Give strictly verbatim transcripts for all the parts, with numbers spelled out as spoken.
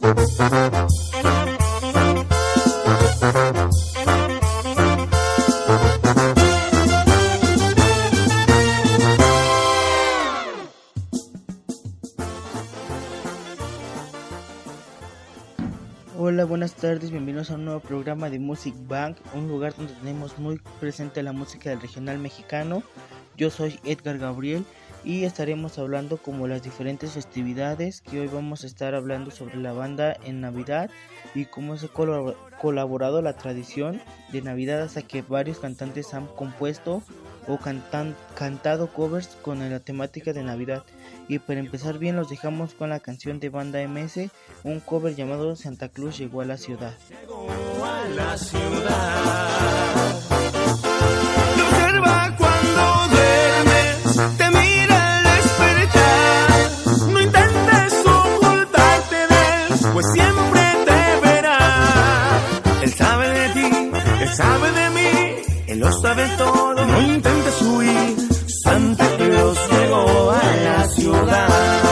Hola, buenas tardes, bienvenidos a un nuevo programa de Music Bank, un lugar donde tenemos muy presente la música del regional mexicano. Yo soy Edgar Gabriel y estaremos hablando como las diferentes festividades, que hoy vamos a estar hablando sobre la banda en Navidad y cómo se ha colab- colaborado la tradición de Navidad hasta que varios cantantes han compuesto o cantan- cantado covers con la temática de Navidad. Y para empezar bien los dejamos con la canción de Banda M S, un cover llamado Santa Claus llegó a la ciudad. Llegó a la ciudad. Te observa cuando duermes, te mira al despertar. No intentes ocultarte de él, pues siempre te verá. Él sabe de ti, él sabe de mí, él lo sabe todo. No intentes huir, Santa Claus llegó a la ciudad.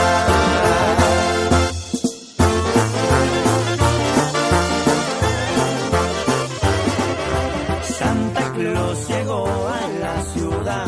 Santa Claus llegó a la ciudad.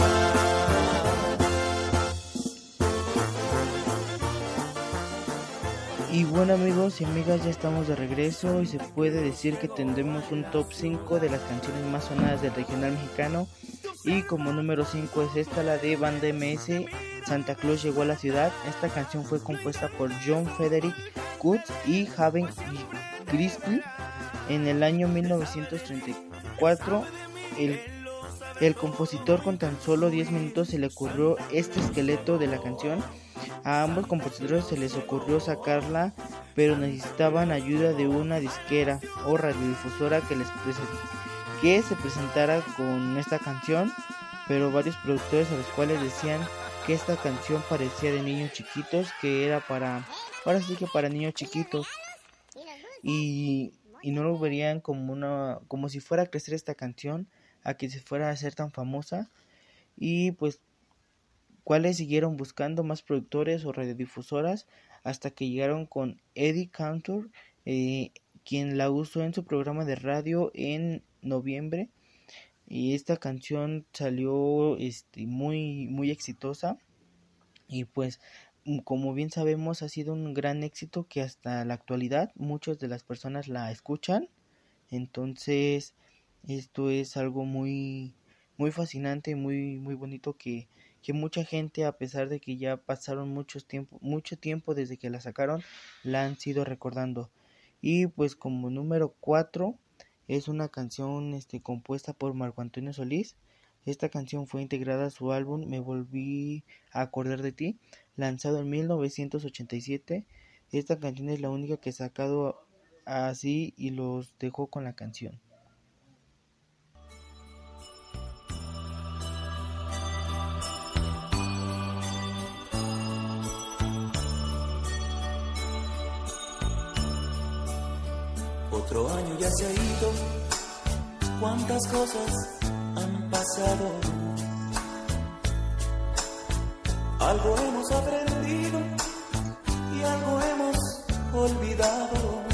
Y bueno amigos y amigas, ya estamos de regreso y se puede decir que tendremos un top cinco de las canciones más sonadas del regional mexicano. Y como número cinco es esta, la de Banda M S, Santa Claus llegó a la ciudad. Esta canción fue compuesta por John Frederick Coots y Haven Gillespie en el año mil novecientos treinta y cuatro. El, el compositor, con tan solo diez minutos se le ocurrió este esqueleto de la canción. A ambos compositores se les ocurrió sacarla, pero necesitaban ayuda de una disquera o radiodifusora que les presentara que se presentara con esta canción, pero varios productores a los cuales decían que esta canción parecía de niños chiquitos, que era para, ahora sí que para niños chiquitos, y, y no lo verían como una, como si fuera a crecer esta canción, a que se fuera a hacer tan famosa. Y pues cuáles siguieron buscando más productores o radiodifusoras hasta que llegaron con Eddie Cantor, eh, quien la usó en su programa de radio en noviembre, y esta canción salió este, muy muy exitosa y pues como bien sabemos ha sido un gran éxito que hasta la actualidad muchas de las personas la escuchan. Entonces esto es algo muy muy fascinante, muy muy bonito, que que mucha gente, a pesar de que ya pasaron muchos tiempo, mucho tiempo desde que la sacaron, la han sido recordando. Y pues como número cuatro es una canción este, compuesta por Marco Antonio Solís. Esta canción fue integrada a su álbum Me Volví a Acordar de Ti, lanzado en mil novecientos ochenta y siete. Esta canción es la única que ha sacado así y los dejó con la canción. Otro año ya se ha ido, cuántas cosas han pasado. Algo hemos aprendido y algo hemos olvidado.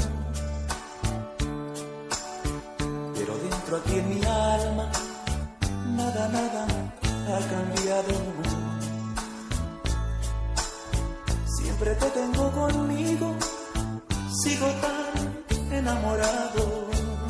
Pero dentro aquí en mi alma, nada, nada ha cambiado. Siempre te tengo conmigo, sigo tan enamorado.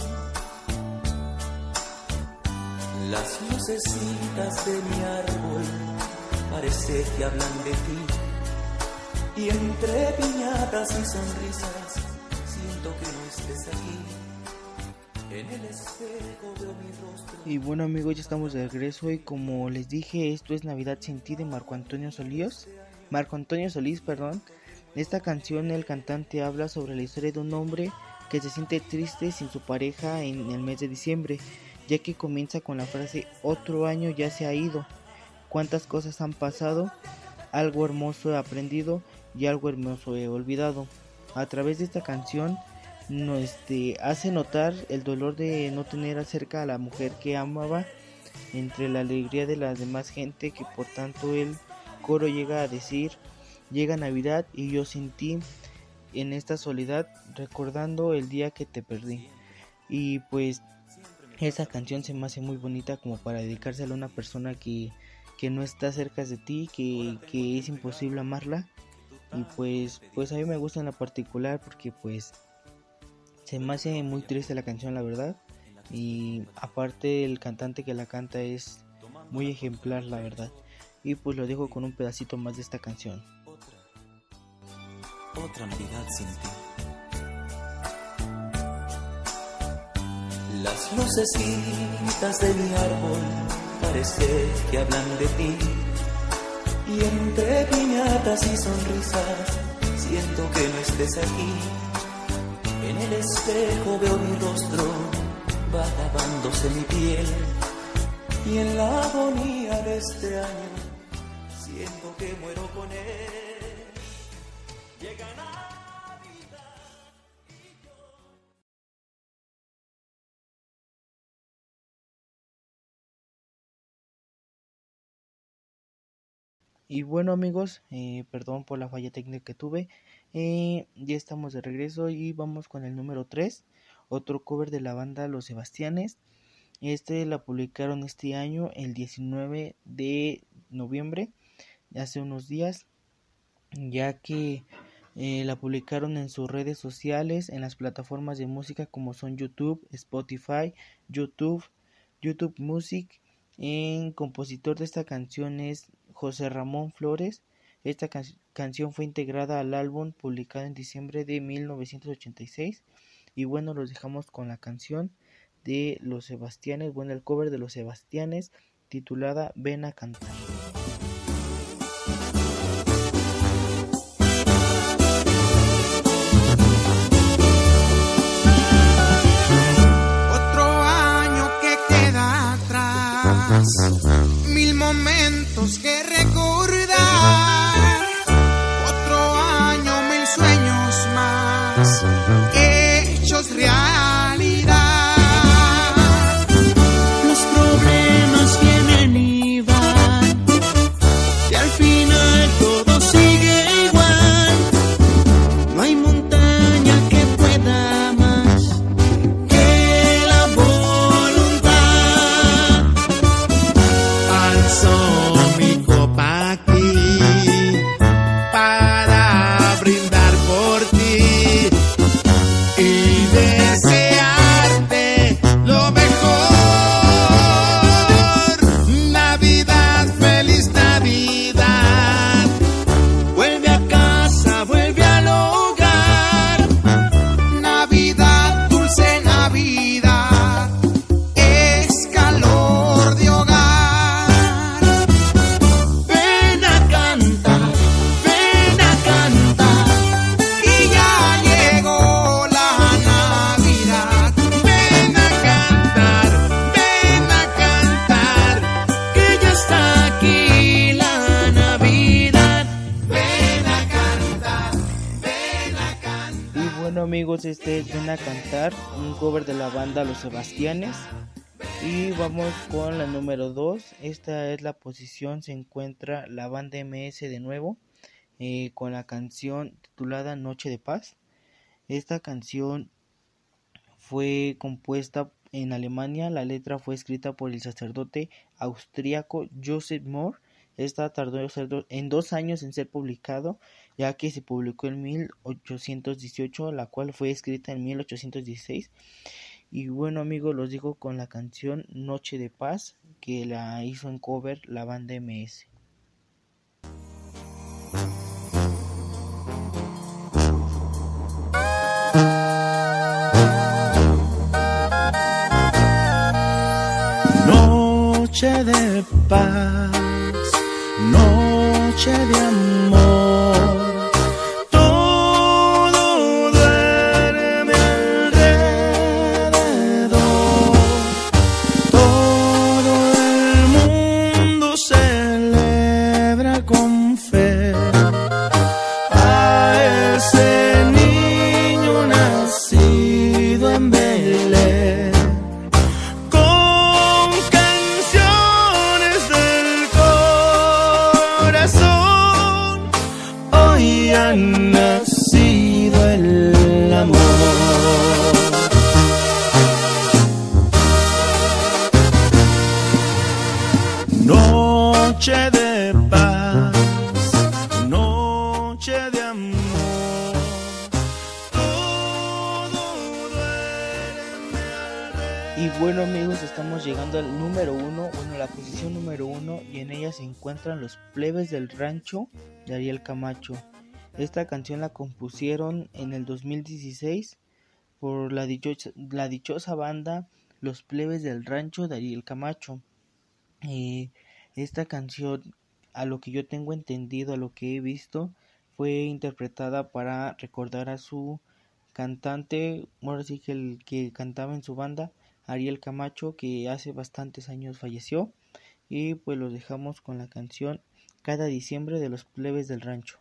Las lucecitas de mi árbol parece que hablan de ti, y entre piñatas y sonrisas siento que no estés aquí. En el espejo veo mi rostro. Y bueno amigos, ya estamos de regreso y como les dije, esto es Navidad sin ti de Marco Antonio Solís. Marco Antonio Solís, perdón. Esta canción el cantante habla sobre la historia de un hombre que se siente triste sin su pareja en el mes de diciembre, ya que comienza con la frase otro año ya se ha ido, cuántas cosas han pasado, algo hermoso he aprendido y algo hermoso he olvidado. A través de esta canción no, este, hace notar el dolor de no tener cerca a la mujer que amaba, entre la alegría de la demás gente, que por tanto el coro llega a decir: llega Navidad y yo sin ti, en esta soledad, recordando el día que te perdí. Y pues esa canción se me hace muy bonita como para dedicársela a una persona que, que no está cerca de ti, que, que es imposible amarla. Y pues, pues a mí me gusta en la particular porque pues se me hace muy triste la canción, la verdad. Y aparte el cantante que la canta es muy ejemplar, la verdad. Y pues lo dejo con un pedacito más de esta canción. Otra, otra Navidad sin ti. Las lucecitas de mi árbol parece que hablan de ti. Y entre piñatas y sonrisas siento que no estés aquí. En el espejo veo mi rostro, va lavándose mi piel. Y en la agonía de este año siento que muero con él. Llega Navidad y yo... Y bueno amigos, eh, perdón por la falla técnica que tuve, eh, ya estamos de regreso y vamos con el número tres, otro cover de la banda Los Sebastianes. Este la publicaron este año, el diecinueve de noviembre, hace unos días, ya que eh, la publicaron en sus redes sociales, en las plataformas de música como son YouTube, Spotify, YouTube, YouTube Music. El compositor de esta canción es José Ramón Flores. Esta can- canción fue integrada al álbum publicado en diciembre de mil novecientos ochenta y seis. Y bueno, los dejamos con la canción de Los Sebastianes, bueno, el cover de Los Sebastianes, titulada Ven a cantar. Otro año que queda atrás, mil momentos que recordar. Otro año, mil sueños más, hechos realidad. Los problemas vienen y van, y al final todo sigue igual. No hay montaña que pueda más que la voluntad. Alzo mi copa aquí para brindar por ti y desearte lo mejor. Navidad, feliz Navidad. Vuelve a casa, vuelve al hogar. Navidad, dulce Navidad, es calor de hogar. Ven a cantar, ven a cantar, y ya llegó la Navidad. Ven a cantar, ven a cantar, que ya está aquí la Navidad. Ven a cantar, ven a cantar. Y bueno amigos, este es Ven a cantar, un cover de la banda Los Sebastianes. Y vamos con la número dos. Esta es la posición, se encuentra la banda M S de nuevo, eh, con la canción titulada Noche de Paz. Esta canción fue compuesta en Alemania, la letra fue escrita por el sacerdote austríaco Joseph Mohr. Esta tardó en dos años en ser publicado, ya que se publicó en mil ochocientos dieciocho, la cual fue escrita en mil ochocientos dieciséis. Y bueno amigos, los dejo con la canción Noche de Paz, que la hizo en cover la banda M S. Noche de paz, noche de amor, todo duerme alrededor, todo el mundo celebra con fe a ese niño nacido en Belén. Y bueno amigos, estamos llegando al número uno, bueno la posición número uno, y en ella se encuentran Los Plebes del Rancho de Ariel Camacho. Esta canción la compusieron en el dos mil dieciséis por la dichosa, la dichosa banda Los Plebes del Rancho de Ariel Camacho. Eh, esta canción, a lo que yo tengo entendido, a lo que he visto, fue interpretada para recordar a su cantante, ahora sí que el que cantaba en su banda, Ariel Camacho, que hace bastantes años falleció. Y pues los dejamos con la canción Cada Diciembre de Los Plebes del Rancho.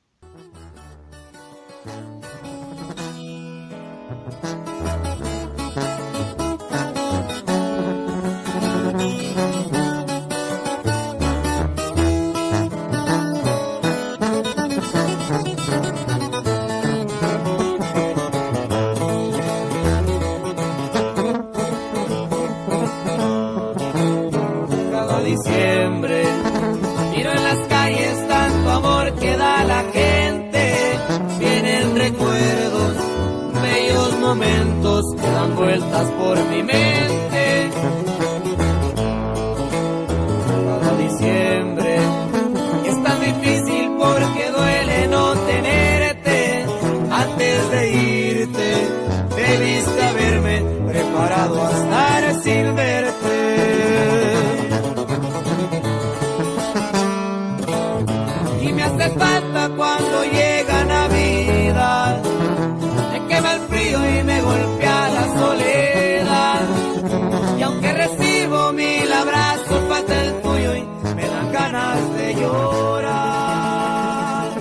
Diciembre, miro en las calles tanto amor que da la gente, vienen recuerdos, bellos momentos que dan vueltas por mi mente. Cada diciembre es tan difícil porque duele no tenerte, antes de irte debiste haberme preparado a estar sin verte. Hace falta cuando llega Navidad, me quema el frío y me golpea la soledad, y aunque recibo mil abrazos falta el tuyo y me dan ganas de llorar.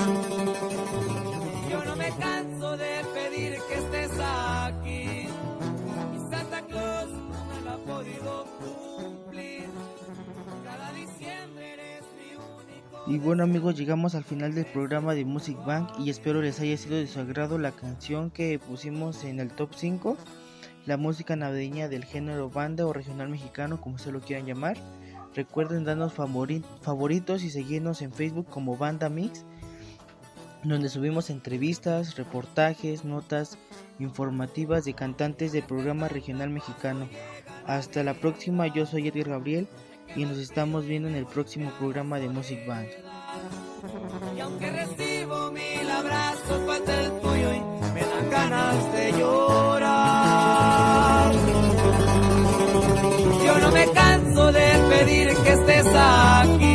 Yo no me canso de pedir que estés aquí, y Santa Claus no me lo ha podido cumplir. Cada diciembre eres mi único. Y bueno amigos, llegamos al final del programa de Music Bank y espero les haya sido de su agrado la canción que pusimos en el top cinco, la música navideña del género banda o regional mexicano, como se lo quieran llamar. Recuerden darnos favori- favoritos y seguirnos en Facebook como Banda Mix, donde subimos entrevistas, reportajes, notas informativas de cantantes del programa regional mexicano. Hasta la próxima, yo soy Edgar Gabriel y nos estamos viendo en el próximo programa de Music Bank. Y aunque recibo mil abrazos, falta el tuyo y me dan ganas de llorar. Yo no me canso de pedir que estés aquí,